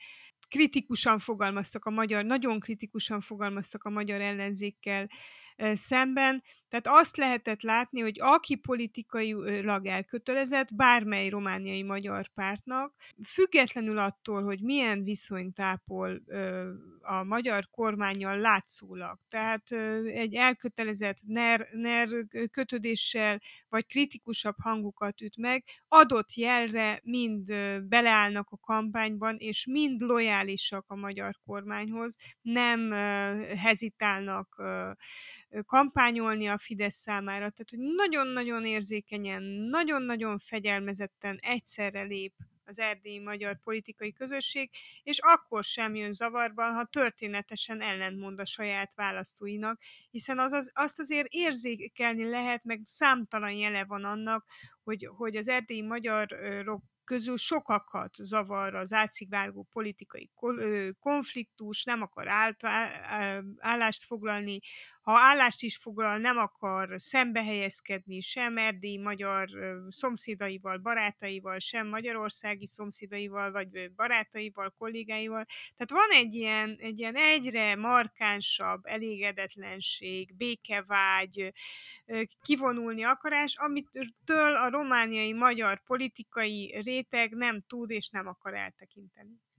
Speaker 3: nagyon kritikusan fogalmaztak a magyar ellenzékkel szemben. Tehát azt lehetett látni, hogy aki politikailag elkötelezett bármely romániai magyar pártnak, függetlenül attól, hogy milyen viszonyt ápol a magyar kormánnyal látszólag, tehát egy elkötelezett NER kötődéssel vagy kritikusabb hangukat üt meg, adott jelre mind beleállnak a kampányban, és mind lojálisak a magyar kormányhoz, nem hezitálnak kampányolni a Fidesz számára. Tehát, hogy nagyon-nagyon érzékenyen, nagyon-nagyon fegyelmezetten egyszerre lép az erdélyi magyar politikai közösség, és akkor sem jön zavarba, ha történetesen ellentmond a saját választóinak, hiszen azt azért érzékelni lehet, meg számtalan jele van annak, hogy az erdélyi magyarok közül sokakat zavar az átszikvágó politikai konfliktus, nem akar állást foglalni, ha állást is foglal, nem akar szembe sem erdélyi magyar szomszédaival, barátaival, sem magyarországi szomszédaival, vagy barátaival, kollégáival. Tehát van egy ilyen egyre markánsabb elégedetlenség, békevágy, kivonulni akarás, amitől a romániai magyar politikai réteg nem tud és nem akar eltekinteni.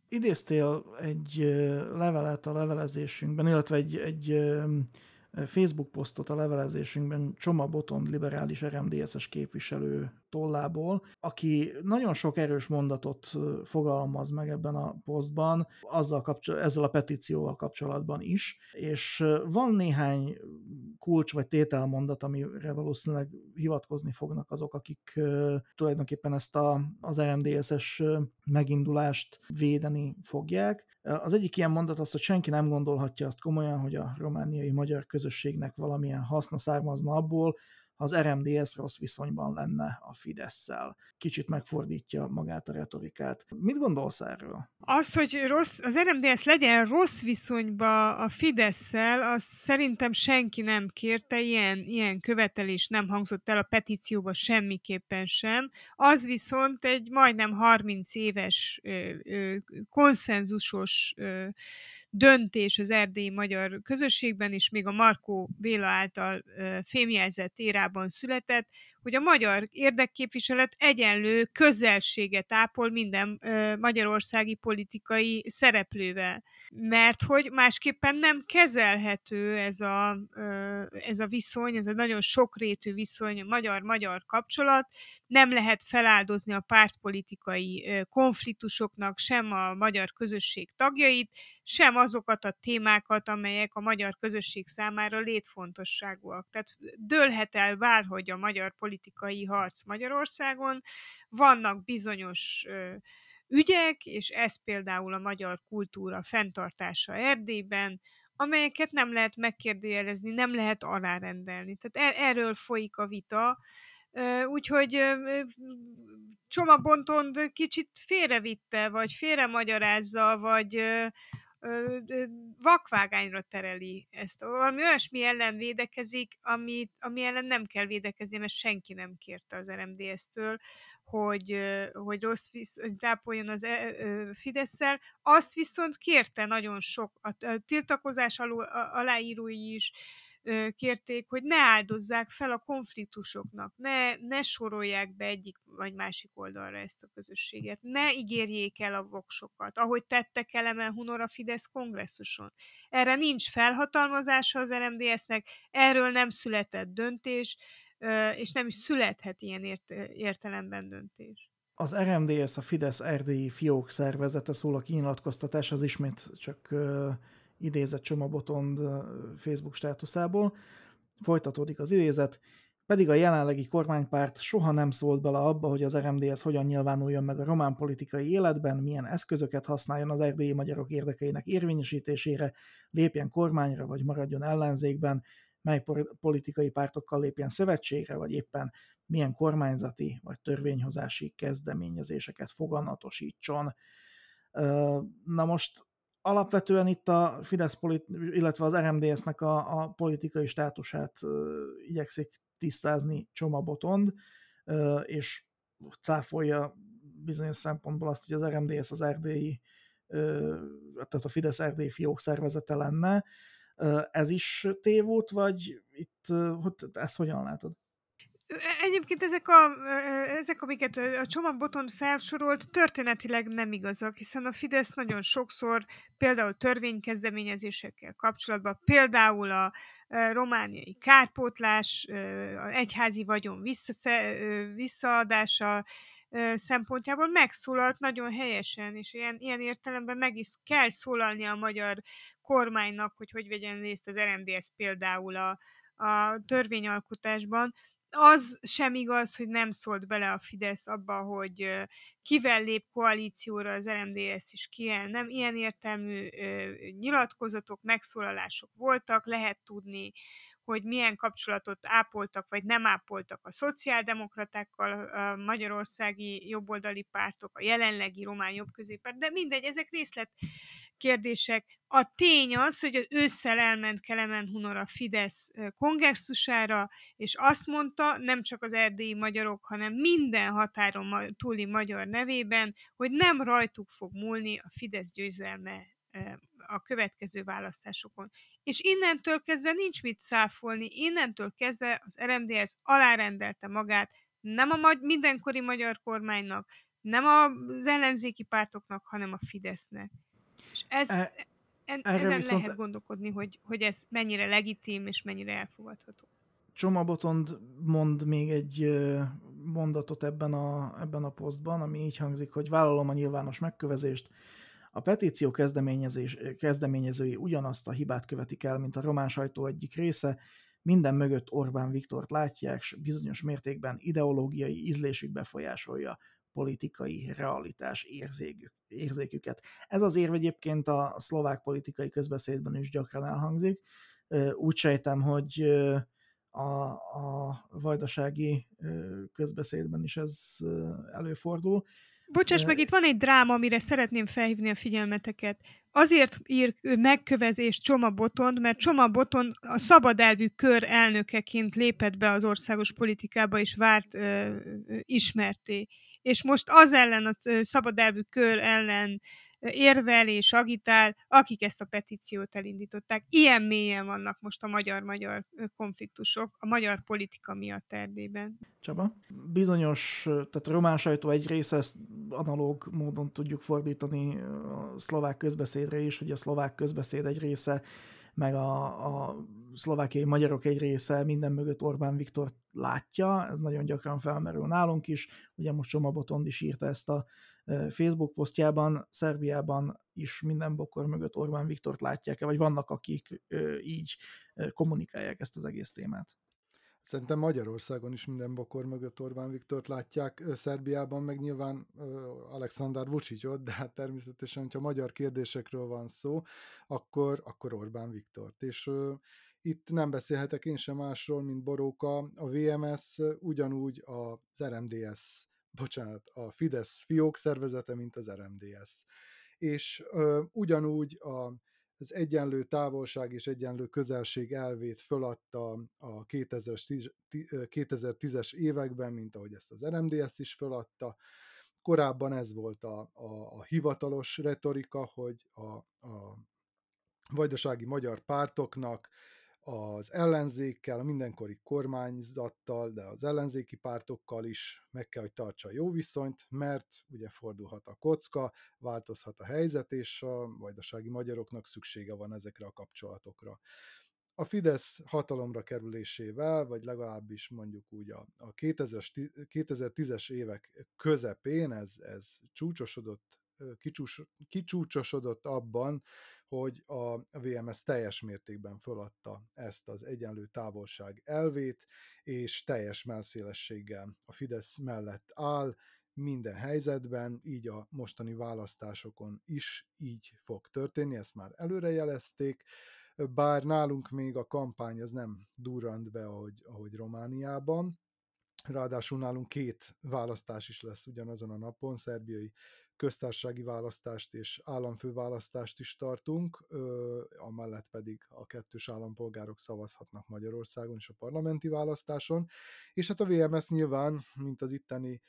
Speaker 1: Idéztél egy levelet a levelezésünkben, illetve egy Facebook posztot a levelezésünkben Csoma Botond liberális RMDSZ-es képviselő tollából, aki nagyon sok erős mondatot fogalmaz meg ebben a posztban, ezzel a petícióval kapcsolatban is, és van néhány kulcs vagy tételmondat, amire valószínűleg hivatkozni fognak azok, akik tulajdonképpen ezt az RMDSZ-es megindulást védeni fogják. Az egyik ilyen mondat az, hogy senki nem gondolhatja azt komolyan, hogy a romániai magyar közösségnek valamilyen haszna származna abból, ha az RMDSZ rossz viszonyban lenne a Fidesszel. Kicsit megfordítja magát a retorikát. Mit gondolsz erről?
Speaker 3: Azt, hogy az RMDSZ legyen rossz viszonyba a Fidesszel, azt szerintem senki nem kérte, ilyen követelés nem hangzott el a petícióban semmiképpen sem. Az viszont egy majdnem 30 éves konszenzusos döntés az erdélyi magyar közösségben, és még a Markó Béla által fémjelzett érában született, hogy a magyar érdekképviselet egyenlő közelséget ápol minden magyarországi politikai szereplővel. Mert hogy másképpen nem kezelhető ez a viszony, ez a nagyon sokrétű viszony, magyar-magyar kapcsolat, nem lehet feláldozni a pártpolitikai konfliktusoknak sem a magyar közösség tagjait, sem azokat a témákat, amelyek a magyar közösség számára létfontosságúak. Tehát dőlhet el bárhogy a magyar politikai harc Magyarországon, vannak bizonyos ügyek, és ez például a magyar kultúra fenntartása Erdélyben, amelyeket nem lehet megkérdőjelezni, nem lehet alárendelni. Tehát erről folyik a vita, úgyhogy Csoma Botond kicsit félrevitte, vagy félremagyarázza, vagy vakvágányra tereli ezt. Valami olyasmi ellen védekezik, ami ellen nem kell védekezni, mert senki nem kérte az RMDSZ-től, hogy rossz tápoljon az Fidesszel. Azt viszont kérte nagyon sok, a tiltakozás aláírói is kérték, hogy ne áldozzák fel a konfliktusoknak, ne sorolják be egyik vagy másik oldalra ezt a közösséget, ne ígérjék el a voksokat, ahogy tette Kelemen Hunor a Fidesz kongresszuson. Erre nincs felhatalmazása az RMDSZ-nek, erről nem született döntés, és nem is születhet ilyen értelemben döntés.
Speaker 1: Az RMDSZ, a Fidesz erdélyi fiók szervezete szól a kinyilatkoztatás, az ismét csak idézett Csoma Botond Facebook státuszából. Folytatódik az idézet, pedig a jelenlegi kormánypárt soha nem szólt bele abba, hogy az RMDSZ hogyan nyilvánuljon meg a román politikai életben, milyen eszközöket használjon az erdélyi magyarok érdekeinek érvényesítésére, lépjen kormányra vagy maradjon ellenzékben, mely politikai pártokkal lépjen szövetségre, vagy éppen milyen kormányzati vagy törvényhozási kezdeményezéseket foganatosítson. Na most alapvetően itt a Fidesz, illetve az RMDSZ-nek a politikai státusát igyekszik tisztázni Csoma Botond, és cáfolja bizonyos szempontból azt, hogy az RMDSZ az erdélyi, tehát a Fidesz erdélyi fiók szervezete lenne. Ez is tévút, vagy itt ezt hogyan látod?
Speaker 3: Egyébként ezek, amiket a Csoma Botond felsorolt, történetileg nem igazak, hiszen a Fidesz nagyon sokszor például törvénykezdeményezésekkel kapcsolatban, például a romániai kárpótlás, az egyházi vagyon visszaadása szempontjából megszólalt nagyon helyesen, és ilyen értelemben meg is kell szólalni a magyar kormánynak, hogy vegyen részt az RMDSZ például a törvényalkotásban. Az sem igaz, hogy nem szólt bele a Fidesz abba, hogy kivel lép koalícióra az RMDSZ is, kivel nem. Ilyen értelmű nyilatkozatok, megszólalások voltak, lehet tudni, hogy milyen kapcsolatot ápoltak, vagy nem ápoltak a szociáldemokratákkal, a magyarországi jobboldali pártok, a jelenlegi román jobbközéppárt, de mindegy, ezek részletkérdések. A tény az, hogy ősszel elment Kelemen Hunor a Fidesz kongresszusára, és azt mondta, nem csak az erdélyi magyarok, hanem minden határon túli magyar nevében, hogy nem rajtuk fog múlni a Fidesz győzelme a következő választásokon. És innentől kezdve nincs mit cáfolni, innentől kezdve az RMDSZ alárendelte magát nem a mindenkori magyar kormánynak, Nem az ellenzéki pártoknak, hanem a Fidesznek. És
Speaker 1: E- erre
Speaker 3: ezen
Speaker 1: viszont
Speaker 3: lehet gondolkodni, hogy ez mennyire legitim és mennyire elfogadható.
Speaker 1: Csoma Botond mond még egy mondatot ebben a posztban, ami így hangzik, hogy vállalom a nyilvános megkövezést. A petíció kezdeményezői ugyanazt a hibát követik el, mint a román sajtó egyik része, minden mögött Orbán Viktort látják, s bizonyos mértékben ideológiai ízlésük befolyásolja politikai realitás érzéküket. Ez az érv egyébként a szlovák politikai közbeszédben is gyakran elhangzik. Úgy sejtem, hogy a vajdasági közbeszédben is ez előfordul.
Speaker 3: Bocsáss meg, itt van egy dráma, amire szeretném felhívni a figyelmeteket. Azért ír megkövezést Csoma Botond, mert Csoma Botond a szabadelvű kör elnökeként lépett be az országos politikába, és vált ismerté. És most az ellen, a szabadelvű kör ellen érvel és agitál, akik ezt a petíciót elindították. Ilyen mélyen vannak most a magyar-magyar konfliktusok, a magyar politika miatt Erdélyben.
Speaker 1: Csaba? Bizonyos, tehát a román sajtó egy része, ezt analóg módon tudjuk fordítani a szlovák közbeszédre is, hogy a szlovák közbeszéd egy része, meg a szlovákiai magyarok egy része minden mögött Orbán Viktort látja, ez nagyon gyakran felmerül nálunk is, ugye most Csoma Botond is írta ezt a Facebook posztjában, Szerbiában is minden bokor mögött Orbán Viktort látják-e, vagy vannak, akik így kommunikálják ezt az egész témát?
Speaker 2: Szerintem Magyarországon is minden bokor mögött Orbán Viktort látják, Szerbiában meg nyilván Aleksandar Vučićot, de hát természetesen, hogyha magyar kérdésekről van szó, akkor Orbán Viktort. És itt nem beszélhetek én sem másról, mint Boróka, a VMS ugyanúgy az RMDS, bocsánat, a Fidesz fiók szervezete, mint az RMDS. És ugyanúgy az egyenlő távolság és egyenlő közelség elvét föladta a 2010-es években, mint ahogy ezt az RMDS is föladta. Korábban ez volt a hivatalos retorika, hogy a vajdasági magyar pártoknak az ellenzékkel, a mindenkori kormányzattal, de az ellenzéki pártokkal is meg kell, hogy tartsa a jó viszonyt, mert ugye fordulhat a kocka, változhat a helyzet, és a vajdasági magyaroknak szüksége van ezekre a kapcsolatokra. A Fidesz hatalomra kerülésével, vagy legalábbis mondjuk úgy a 2010-es évek közepén ez csúcsosodott, kicsúcsosodott abban, hogy a VMS teljes mértékben föladta ezt az egyenlő távolság elvét, és teljes mellszélességgel a Fidesz mellett áll minden helyzetben, így a mostani választásokon is így fog történni, ezt már előrejelezték, bár nálunk még a kampány az nem durrant be, ahogy Romániában. Ráadásul nálunk 2 választás is lesz ugyanazon a napon, szerbiai köztársasági választást és államfőválasztást is tartunk, amellett pedig a kettős állampolgárok szavazhatnak Magyarországon is a parlamenti választáson, és hát a VMS nyilván, mint az itteni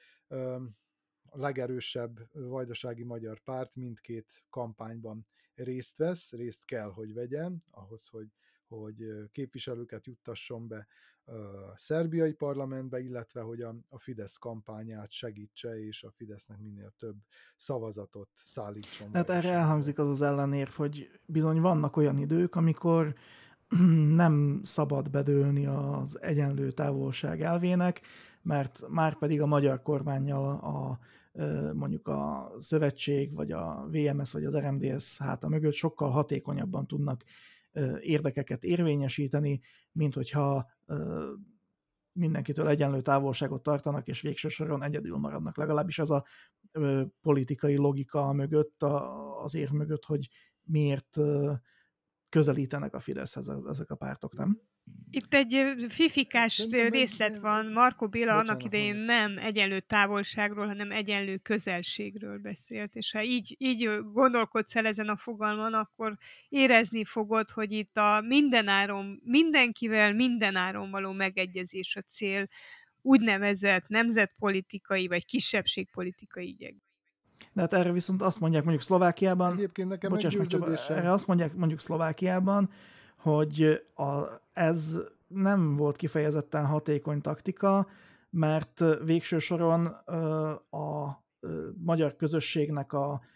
Speaker 2: a legerősebb vajdasági magyar párt mindkét kampányban részt vesz, részt kell, hogy vegyen, ahhoz, hogy képviselőket juttasson be szerbiai parlamentbe, illetve hogy a Fidesz kampányát segítse, és a Fidesznek minél több szavazatot szállítson.
Speaker 1: Hát erre elhangzik az ellenérv, hogy bizony vannak olyan idők, amikor nem szabad bedőlni az egyenlő távolság elvének, mert már pedig a magyar kormánnyal mondjuk a szövetség, vagy a VMS, vagy az RMDS háta mögött sokkal hatékonyabban tudnak érdekeket érvényesíteni, mint hogyha mindenkitől egyenlő távolságot tartanak, és végső soron egyedül maradnak. Legalábbis ez a politikai logika mögött, az érv mögött, hogy miért közelítenek a Fideszhez ezek a pártok, nem?
Speaker 3: Itt egy fifikás részlet van. Marko Béla annak idején nem egyenlő távolságról, hanem egyenlő közelségről beszélt. És ha így gondolkodsz el ezen a fogalmon, akkor érezni fogod, hogy itt a mindenáron, mindenkivel mindenáron való megegyezés a cél úgynevezett nemzetpolitikai vagy kisebbségpolitikai ügyekben.
Speaker 1: De hát erre viszont azt mondják mondjuk Szlovákiában,
Speaker 2: egyébként nekem meggyőződésem.
Speaker 1: Erre azt mondják mondjuk Szlovákiában, hogy ez nem volt kifejezetten hatékony taktika, mert végső soron magyar közösségnek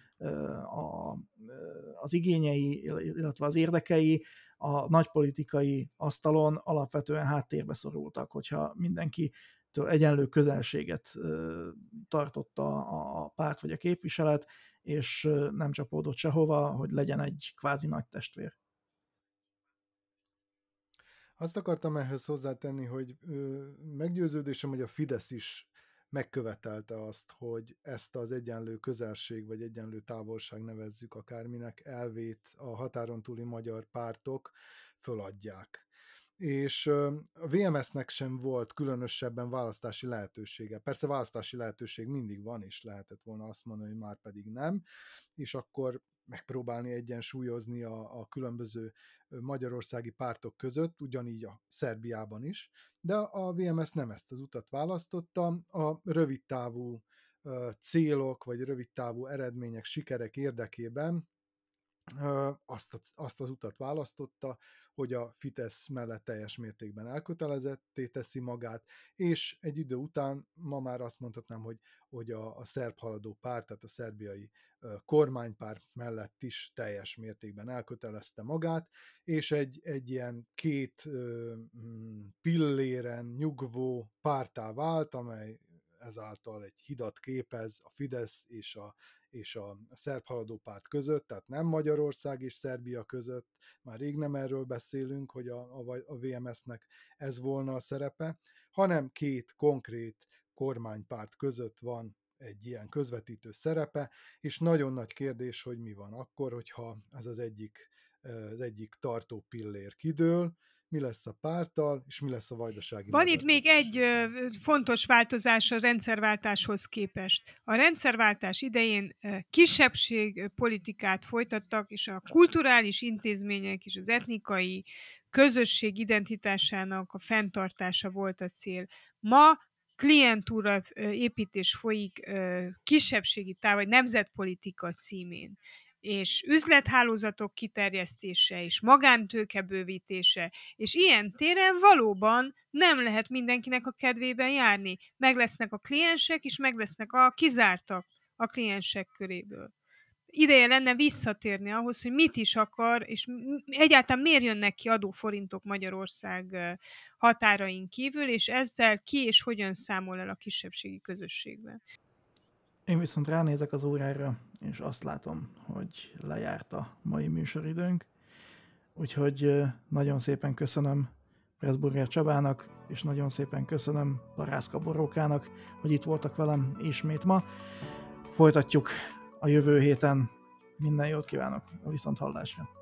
Speaker 1: az igényei, illetve az érdekei a nagypolitikai asztalon alapvetően háttérbe szorultak, hogyha mindenkitől egyenlő közelséget tartotta a párt vagy a képviselet, és nem csapódott sehova, hogy legyen egy kvázi nagy testvér.
Speaker 2: Azt akartam ehhez hozzátenni, hogy meggyőződésem, hogy a Fidesz is megkövetelte azt, hogy ezt az egyenlő közelség, vagy egyenlő távolság, nevezzük akárminek, elvét a határon túli magyar pártok föladják. És a VMS-nek sem volt különösebben választási lehetősége. Persze választási lehetőség mindig van, és lehetett volna azt mondani, hogy már pedig nem, és akkor megpróbálni egyensúlyozni a különböző magyarországi pártok között, ugyanígy a Szerbiában is, de a VMS nem ezt az utat választotta, a rövidtávú célok, vagy rövidtávú eredmények, sikerek érdekében azt az utat választotta, hogy a Fidesz mellett teljes mértékben elkötelezetté teszi magát, és egy idő után ma már azt mondhatnám, hogy a szerb haladó párt, tehát a szerbiai kormánypárt mellett is teljes mértékben elkötelezte magát, és egy ilyen két pilléren nyugvó párttá vált, amely ezáltal egy hidat képez a Fidesz és a szerb haladó párt között, tehát nem Magyarország és Szerbia között, már rég nem erről beszélünk, hogy a VMS-nek ez volna a szerepe, hanem két konkrét kormánypárt között van egy ilyen közvetítő szerepe, és nagyon nagy kérdés, hogy mi van akkor, hogyha ez az egyik tartó pillér kidől, mi lesz a párttal, és mi lesz a vajdasági
Speaker 3: Van
Speaker 2: magyar
Speaker 3: itt még egy
Speaker 2: közösséggel.
Speaker 3: fontos változás a rendszerváltáshoz képest. A rendszerváltás idején kisebbségpolitikát folytattak, és a kulturális intézmények és az etnikai közösség identitásának a fenntartása volt a cél. Ma klientúra építés folyik kisebbségi vagy nemzetpolitika címén, és üzlethálózatok kiterjesztése, és magántőke bővítése, és ilyen téren valóban nem lehet mindenkinek a kedvében járni. Meg lesznek a kliensek, és meg lesznek a kizártak a kliensek köréből. Ideje lenne visszatérni ahhoz, hogy mit is akar, és egyáltalán miért jönnek ki adóforintok Magyarország határain kívül, és ezzel ki és hogyan számol el a kisebbségi közösségben.
Speaker 1: Én viszont ránézek az órára, és azt látom, hogy lejárt a mai műsoridőnk. Úgyhogy nagyon szépen köszönöm Pressburger Csabának, és nagyon szépen köszönöm Parászka Borókának, hogy itt voltak velem ismét ma. Folytatjuk a jövő héten. Minden jót kívánok a viszonthallásra!